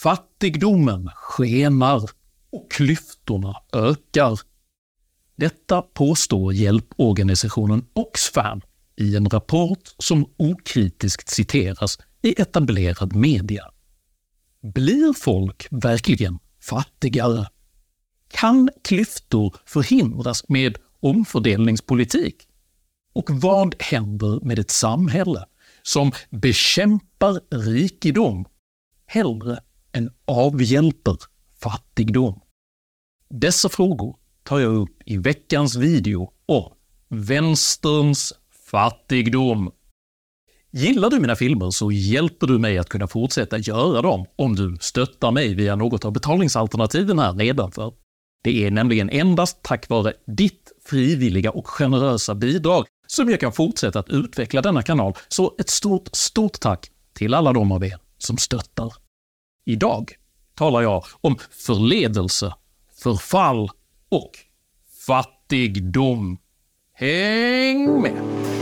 Fattigdomen skenar och klyftorna ökar. Detta påstår hjälporganisationen Oxfam i en rapport som okritiskt citeras i etablerad media. Blir folk verkligen fattigare? Kan klyftor förhindras med omfördelningspolitik? Och vad händer med ett samhälle som bekämpar rikedom hellre än avhjälper fattigdom? Dessa frågor tar jag upp i veckans video om vänsterns fattigdom. Gillar du mina filmer så hjälper du mig att kunna fortsätta göra dem om du stöttar mig via något av betalningsalternativen här nedanför. Det är nämligen endast tack vare ditt frivilliga och generösa bidrag som jag kan fortsätta att utveckla denna kanal, så ett stort tack till alla de av er som stöttar. Idag talar jag om förledelse, förfall och fattigdom. Häng med!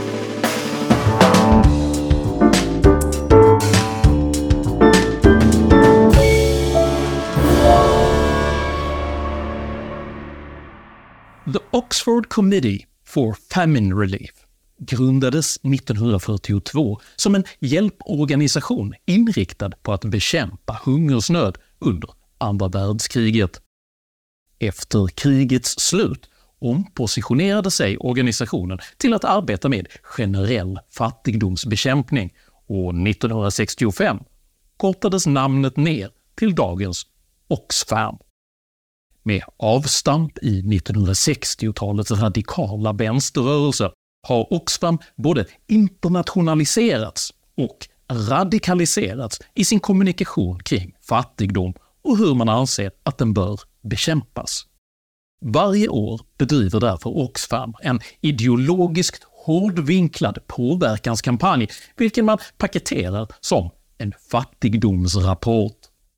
The Oxford Committee for Famine Relief grundades 1942 som en hjälporganisation inriktad på att bekämpa hungersnöd under andra världskriget. Efter krigets slut ompositionerade sig organisationen till att arbeta med generell fattigdomsbekämpning och 1965 kortades namnet ner till dagens Oxfam. Med avstamp i 1960-talets radikala vänsterrörelse har Oxfam både internationaliserats och radikaliserats i sin kommunikation kring fattigdom och hur man anser att den bör bekämpas. Varje år bedriver därför Oxfam en ideologiskt hårdvinklad påverkanskampanj, vilken man paketerar som en fattigdomsrapport.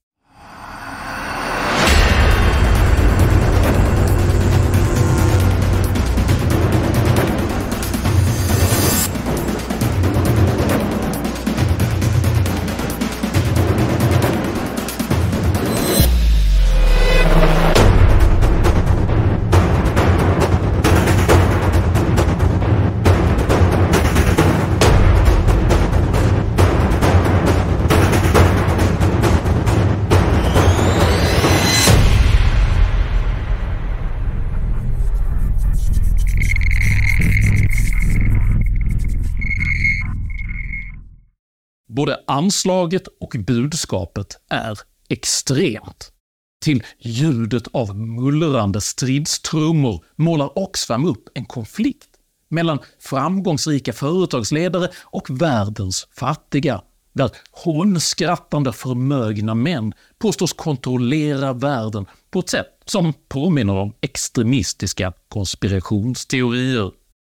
Både anslaget och budskapet är extremt. Till ljudet av mullrande stridstrummor målar Oxfam upp en konflikt mellan framgångsrika företagsledare och världens fattiga, där hånskrattande förmögna män påstås kontrollera världen på ett sätt som påminner om extremistiska konspirationsteorier.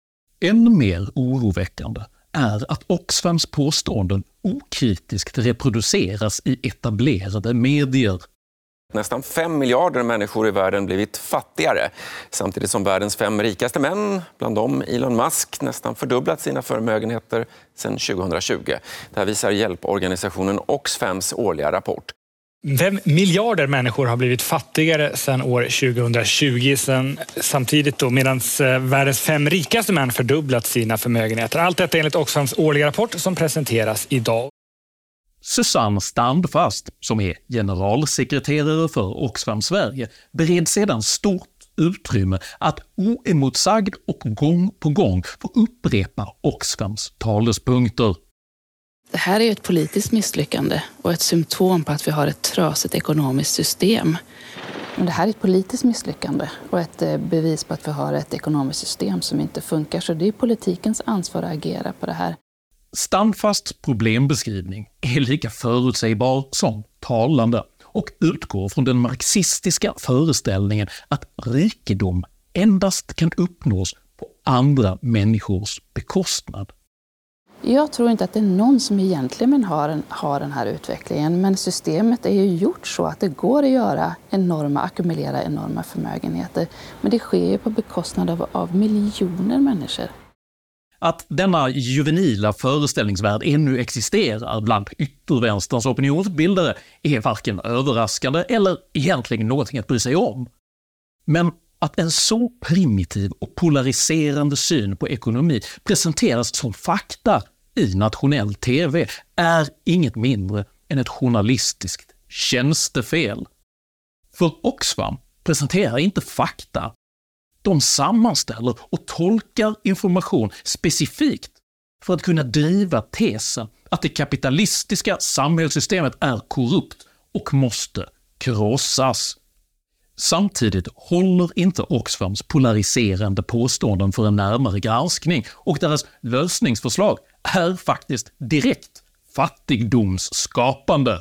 Än mer oroväckande är att Oxfams påståenden okritiskt reproduceras i etablerade medier. Nästan 5 miljarder människor i världen blivit fattigare, samtidigt som världens 5 rikaste män, bland dem Elon Musk, nästan fördubblat sina förmögenheter sedan 2020. Det här visar hjälporganisationen Oxfams årliga rapport. 5 miljarder människor har blivit fattigare sedan år 2020, samtidigt då medan världens 5 rikaste män fördubblat sina förmögenheter. Allt detta enligt Oxfams årliga rapport som presenteras idag. Susanne Standfast, som är generalsekreterare för Oxfam Sverige, bereds sedan stort utrymme att oemotsagd och gång på gång få upprepa Oxfams talespunkter. Det här är ett politiskt misslyckande och ett symptom på att vi har ett trasigt ekonomiskt system. Men det här är ett politiskt misslyckande och ett bevis på att vi har ett ekonomiskt system som inte funkar. Så det är politikens ansvar att agera på det här. Standfasts problembeskrivning är lika förutsägbar som talande och utgår från den marxistiska föreställningen att rikedom endast kan uppnås på andra människors bekostnad. Jag tror inte att det är någon som egentligen har den här utvecklingen, men systemet är ju gjort så att det går att ackumulera enorma förmögenheter. Men det sker ju på bekostnad av miljoner människor. Att denna juvenila föreställningsvärld ännu existerar bland yttervänsterns opinionsbildare är varken överraskande eller egentligen någonting att bry sig om. Men att en så primitiv och polariserande syn på ekonomi presenteras som fakta i nationell tv är inget mindre än ett journalistiskt tjänstefel. För Oxfam presenterar inte fakta. De sammanställer och tolkar information specifikt för att kunna driva tesen att det kapitalistiska samhällssystemet är korrupt och måste krossas. Samtidigt håller inte Oxfams polariserande påståenden för en närmare granskning och deras lösningsförslag är faktiskt direkt fattigdomsskapande.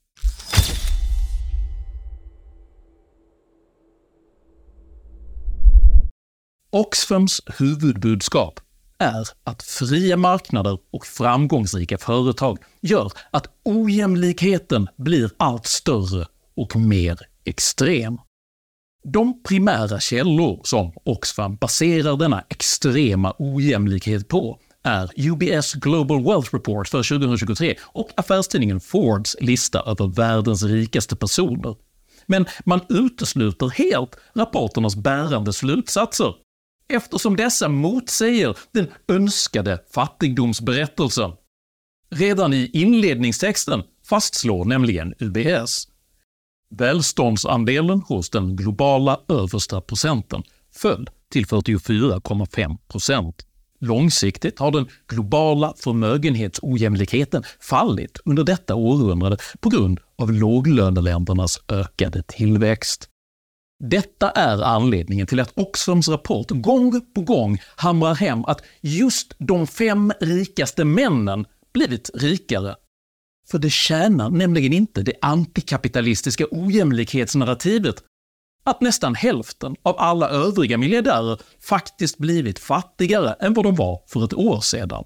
Oxfams huvudbudskap är att fria marknader och framgångsrika företag gör att ojämlikheten blir allt större och mer extrem. De primära källor som Oxfam baserar denna extrema ojämlikhet på är UBS Global Wealth Report för 2023 och affärstidningen Forbes lista över världens rikaste personer. Men man utesluter helt rapporternas bärande slutsatser, eftersom dessa motsäger den önskade fattigdomsberättelsen. Redan i inledningstexten fastslår nämligen UBS: välståndsandelen hos den globala översta procenten föll till 44,5%. Långsiktigt har den globala förmögenhetsojämlikheten fallit under detta århundrade på grund av låglöneländernas ökade tillväxt. Detta är anledningen till att Oxfams rapport gång på gång hamrar hem att just de 5 rikaste männen blivit rikare. För det tjänar nämligen inte det antikapitalistiska ojämlikhetsnarrativet att nästan hälften av alla övriga miljardärer faktiskt blivit fattigare än vad de var för ett år sedan.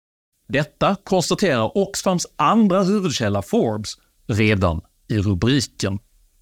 Detta konstaterar Oxfams andra huvudkälla Forbes redan i rubriken.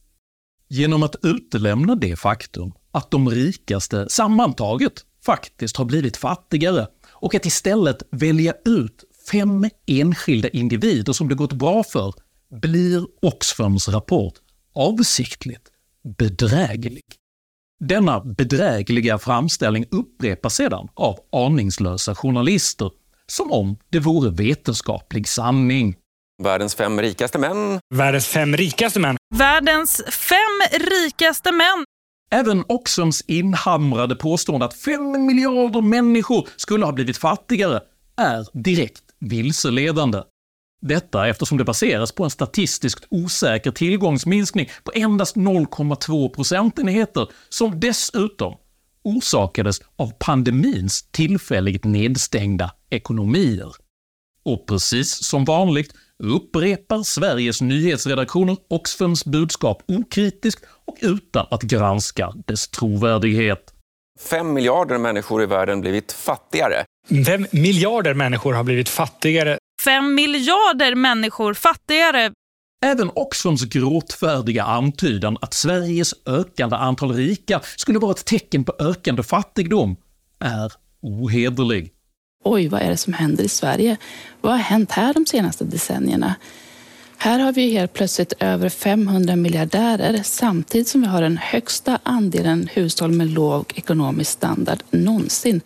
Genom att utelämna det faktum att de rikaste sammantaget faktiskt har blivit fattigare och att istället välja ut 5 enskilda individer som det gått bra för, blir Oxfams rapport avsiktligt bedräglig. Denna bedrägliga framställning upprepas sedan av aningslösa journalister som om det vore vetenskaplig sanning. Världens 5 rikaste män. Världens 5 rikaste män. Världens 5 rikaste män. Även Oxfams inhamrade påstående att 5 miljarder människor skulle ha blivit fattigare är direkt vilseledande. Detta eftersom det baseras på en statistiskt osäker tillgångsminskning på endast 0,2 procentenheter som dessutom orsakades av pandemins tillfälligt nedstängda ekonomier. Och precis som vanligt upprepar Sveriges nyhetsredaktioner Oxfams budskap okritiskt och utan att granska dess trovärdighet. 5 miljarder människor i världen blivit fattigare. 5 miljarder människor har blivit fattigare. 5 miljarder människor fattigare. Även Oxfams gråtfärdiga antydan att Sveriges ökande antal rika skulle vara ett tecken på ökande fattigdom är ohederlig. Oj, vad är det som händer i Sverige? Vad har hänt här de senaste decennierna? Här har vi helt plötsligt över 500 miljardärer samtidigt som vi har den högsta andelen hushåll med låg ekonomisk standard någonsin.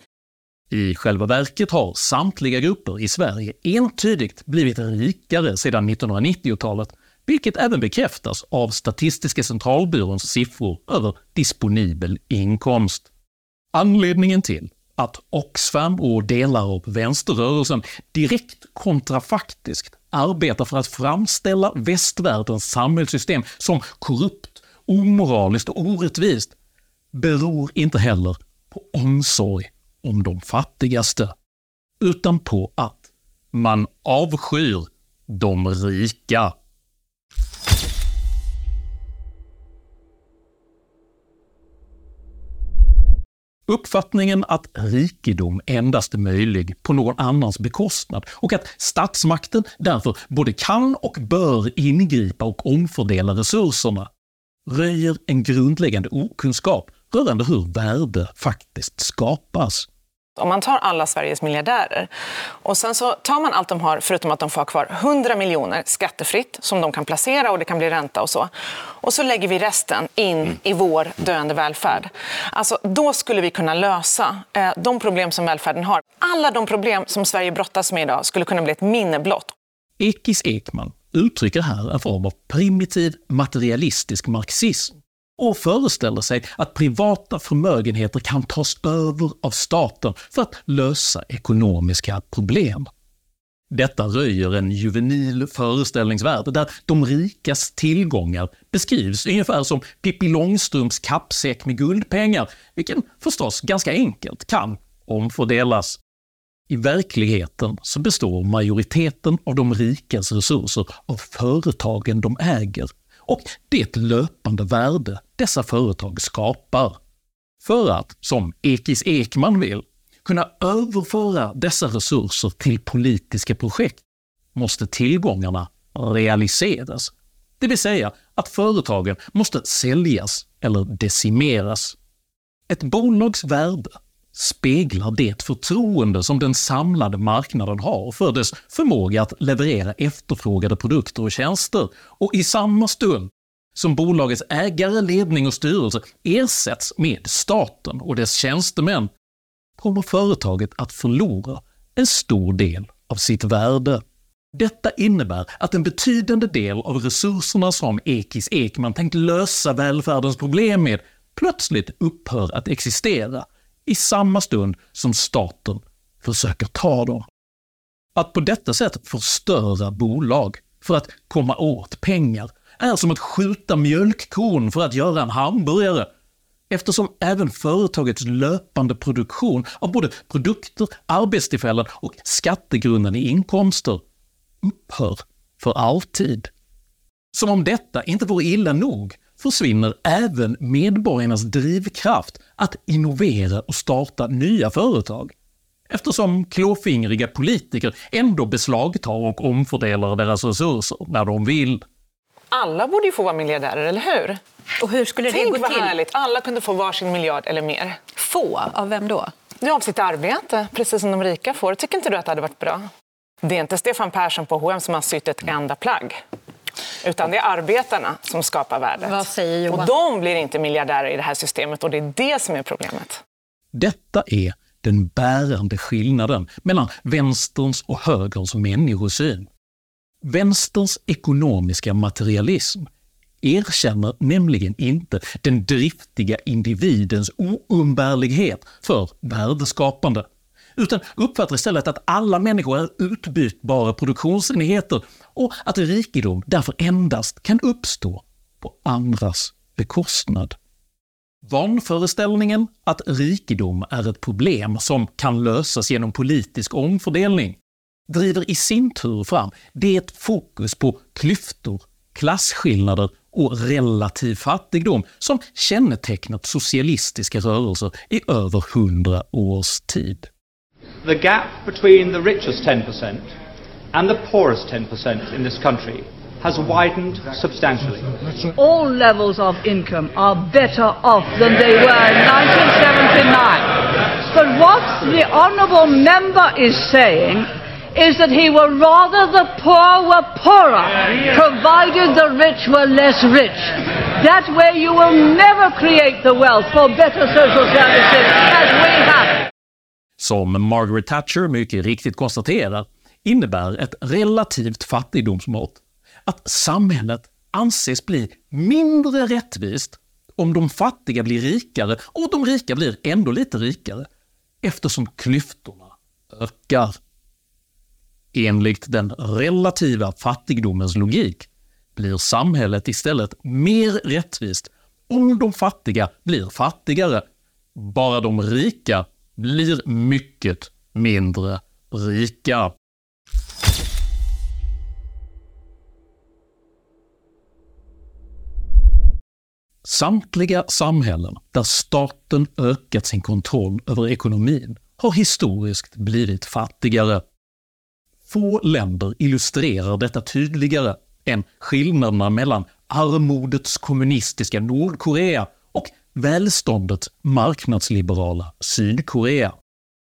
I själva verket har samtliga grupper i Sverige entydigt blivit rikare sedan 1990-talet, vilket även bekräftas av Statistiska centralbyråns siffror över disponibel inkomst. Anledningen till att Oxfam och delar av vänsterrörelsen direkt kontrafaktiskt arbetar för att framställa västvärldens samhällssystem som korrupt, omoraliskt och orättvist beror inte heller på omsorg om de fattigaste, utan på att man avskyr de rika. Uppfattningen att rikedom endast är möjlig på någon annans bekostnad och att statsmakten därför både kan och bör ingripa och omfördela resurserna röjer en grundläggande okunskap rörande hur värde faktiskt skapas. Om man tar alla Sveriges miljardärer och sen så tar man allt de har förutom att de får kvar 100 miljoner skattefritt som de kan placera och det kan bli ränta och så. Och så lägger vi resten in i vår döende välfärd. Alltså då skulle vi kunna lösa de problem som välfärden har. Alla de problem som Sverige brottas med idag skulle kunna bli ett minne blott. Ekis Ekman uttrycker här en form av primitiv materialistisk marxism och föreställer sig att privata förmögenheter kan tas över av staten för att lösa ekonomiska problem. Detta röjer en juvenil föreställningsvärld där de rikas tillgångar beskrivs ungefär som Pippi Långstrumps kappsäck med guldpengar, vilken förstås ganska enkelt kan omfördelas. I verkligheten så består majoriteten av de rikas resurser av företagen de äger och det löpande värde dessa företag skapar. För att, som Ekis Ekman vill, kunna överföra dessa resurser till politiska projekt måste tillgångarna realiseras. Det vill säga att företagen måste säljas eller decimeras. Ett bolags värde speglar det förtroende som den samlade marknaden har för dess förmåga att leverera efterfrågade produkter och tjänster, och i samma stund som bolagets ägare, ledning och styrelse ersätts med staten och dess tjänstemän kommer företaget att förlora en stor del av sitt värde. Detta innebär att en betydande del av resurserna som Ekis Ekman tänkt lösa välfärdens problem med plötsligt upphör att existera i samma stund som staten försöker ta dem. Att på detta sätt förstöra bolag för att komma åt pengar är som att skjuta mjölkkorn för att göra en hamburgare, eftersom även företagets löpande produktion av både produkter, arbetstillfällen och skattegrundande inkomster upphör för alltid. Som om detta inte vore illa nog försvinner även medborgarnas drivkraft att innovera och starta nya företag, eftersom klåfingriga politiker ändå beslagtar och omfördelar deras resurser när de vill. Alla borde ju få vara miljardärer, eller hur? Och hur skulle det gå Tänk vad till? härligt, alla kunde få varsin miljard eller mer. Få? Av vem då? Ja, av sitt arbete, precis som de rika får. Tycker inte du att det hade varit bra? Det är inte Stefan Persson på H&M som har sytt ett enda plagg. Utan det är arbetarna som skapar värdet. Vad säger Johan? Och de blir inte miljardärer i det här systemet, och det är det som är problemet. Detta är den bärande skillnaden mellan vänsterns och högerns människosyn. Vänsterns ekonomiska materialism erkänner nämligen inte den driftiga individens oumbärlighet för värdeskapande, utan uppfattar istället att alla människor är utbytbara produktionsenheter och att rikedom därför endast kan uppstå på andras bekostnad. Vanföreställningen att rikedom är ett problem som kan lösas genom politisk omfördelning driver i sin tur fram det fokus på klyftor, klasskillnader och relativ fattigdom som kännetecknat socialistiska rörelser i över 100 års tid. The gap between the richest 10% and the poorest 10% in this country has widened substantially. All levels of income are better off than they were in 1979. But what the honourable member is saying is that he would rather the poor were poorer, provided the rich were less rich. That way you will never create the wealth for better social services as we have. Som Margaret Thatcher mycket riktigt konstaterar innebär ett relativt fattigdomsmått att samhället anses bli mindre rättvist om de fattiga blir rikare och de rika blir ändå lite rikare, eftersom klyftorna ökar. Enligt den relativa fattigdomens logik blir samhället istället mer rättvist om de fattiga blir fattigare, bara de rika blir mycket mindre rika. Samtliga samhällen där staten ökat sin kontroll över ekonomin har historiskt blivit fattigare. Få länder illustrerar detta tydligare än skillnaderna mellan armodets kommunistiska Nordkorea och välståndets marknadsliberala Sydkorea.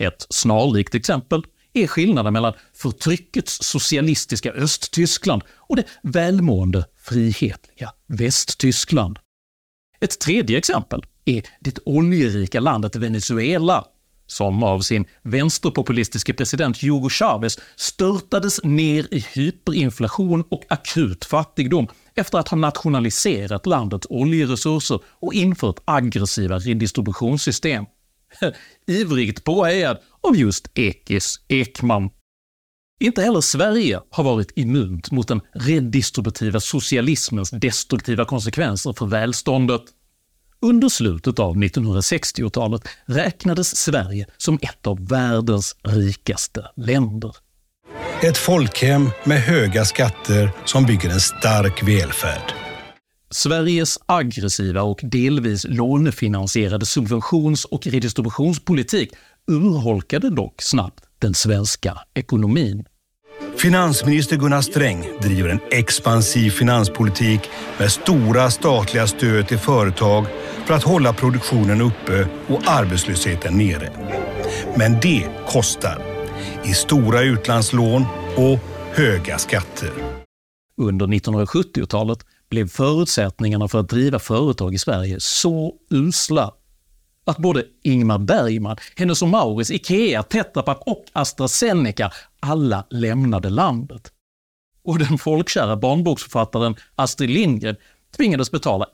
Ett snarlikt exempel är skillnaden mellan förtryckets socialistiska Östtyskland och det välmående, frihetliga Västtyskland. Ett tredje exempel är det oljerika landet Venezuela, som av sin vänsterpopulistiske president Hugo Chávez störtades ner i hyperinflation och akut fattigdom efter att ha nationaliserat landets oljeresurser och infört aggressiva redistributionssystem. Ivrigt påhejad av just Ekis Ekman. Inte heller Sverige har varit immunt mot den redistributiva socialismens destruktiva konsekvenser för välståndet. Under slutet av 1960-talet räknades Sverige som ett av världens rikaste länder. Ett folkhem med höga skatter som bygger en stark välfärd. Sveriges aggressiva och delvis lånefinansierade subventions- och redistributionspolitik urholkade dock snabbt den svenska ekonomin. Finansminister Gunnar Sträng driver en expansiv finanspolitik med stora statliga stöd till företag för att hålla produktionen uppe och arbetslösheten nere. Men det kostar i stora utlandslån och höga skatter. Under 1970-talet blev förutsättningarna för att driva företag i Sverige så usla att både Ingmar Bergman, Hennes & Mauritz, Ikea, Tetra Pak och AstraZeneca alla lämnade landet. Och den folkkära barnboksförfattaren Astrid Lindgren tvingades betala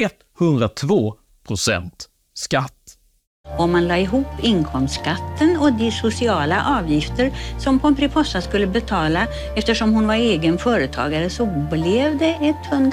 102% skatt. Om man la ihop inkomstskatten och de sociala avgifter som Pomperipossa skulle betala eftersom hon var egen företagare så blev det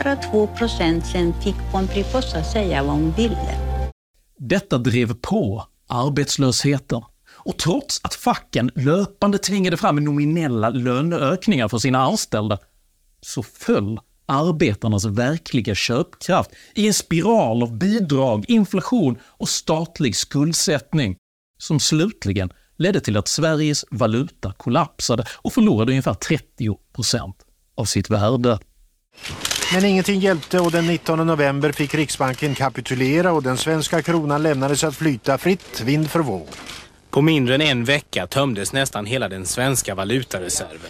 102%. Sen fick Pomperipossa säga vad hon ville. Detta drev på arbetslösheten. Och trots att facken löpande tvingade fram nominella löneökningar för sina anställda så föll arbetarnas verkliga köpkraft i en spiral av bidrag, inflation och statlig skuldsättning som slutligen ledde till att Sveriges valuta kollapsade och förlorade ungefär 30% av sitt värde. Men ingenting hjälpte och den 19 november fick Riksbanken kapitulera och den svenska kronan lämnades att flyta fritt vind för våg. På mindre än en vecka tömdes nästan hela den svenska valutareserven.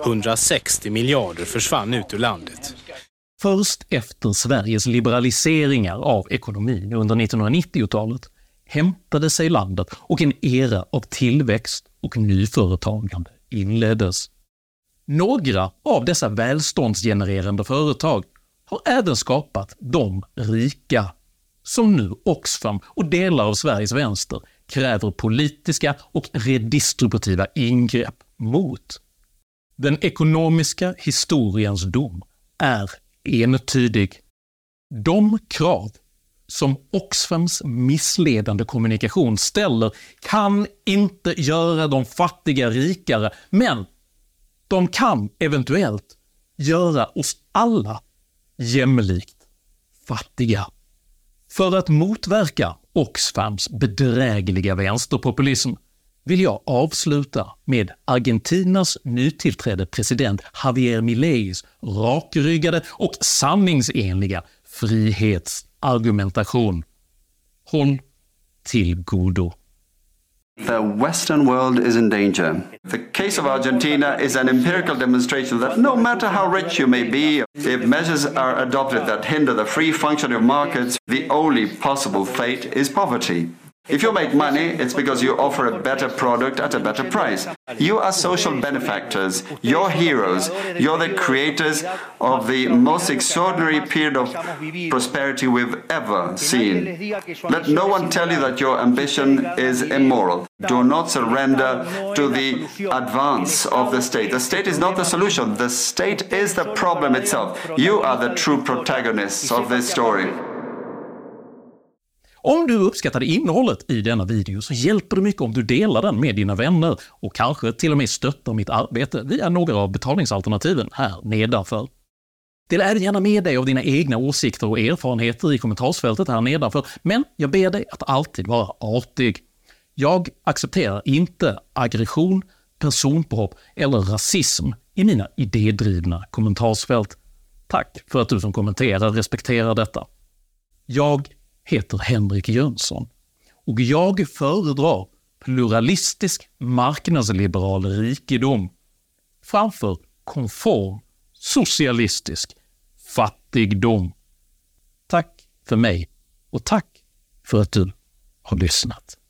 160 miljarder försvann ut ur landet. Först efter Sveriges liberaliseringar av ekonomin under 1990-talet hämtade sig landet och en era av tillväxt och nyföretagande inleddes. Några av dessa välståndsgenererande företag har även skapat de rika som nu Oxfam och delar av Sveriges vänster kräver politiska och redistributiva ingrepp mot. Den ekonomiska historiens dom är entydig. De krav som Oxfams missledande kommunikation ställer kan inte göra de fattiga rikare, men de kan eventuellt göra oss alla jämlikt fattiga. För att motverka Oxfams bedrägliga vänsterpopulism vill jag avsluta med Argentinas nytillträdde president Javier Mileis rakryggade och sanningsenliga frihetsargumentation. Håll till godo. The Western world is in danger. The case of Argentina is an empirical demonstration that no matter how rich you may be, if measures are adopted that hinder the free functioning of markets, the only possible fate is poverty. If you make money, it's because you offer a better product at a better price. You are social benefactors, you're heroes, you're the creators of the most extraordinary period of prosperity we've ever seen. Let no one tell you that your ambition is immoral. Do not surrender to the advance of the state. The state is not the solution, the state is the problem itself. You are the true protagonists of this story. Om du uppskattade innehållet i denna video så hjälper det mycket om du delar den med dina vänner och kanske till och med stöttar mitt arbete via några av betalningsalternativen här nedanför. Dela även gärna med dig av dina egna åsikter och erfarenheter i kommentarsfältet här nedanför, men jag ber dig att alltid vara artig. Jag accepterar inte aggression, personpåhopp eller rasism i mina idédrivna kommentarsfält. Tack för att du som kommenterar respekterar detta. Jag heter Henrik Jönsson och jag föredrar pluralistisk marknadsliberal rikedom framför konform socialistisk fattigdom. Tack för mig och tack för att du har lyssnat.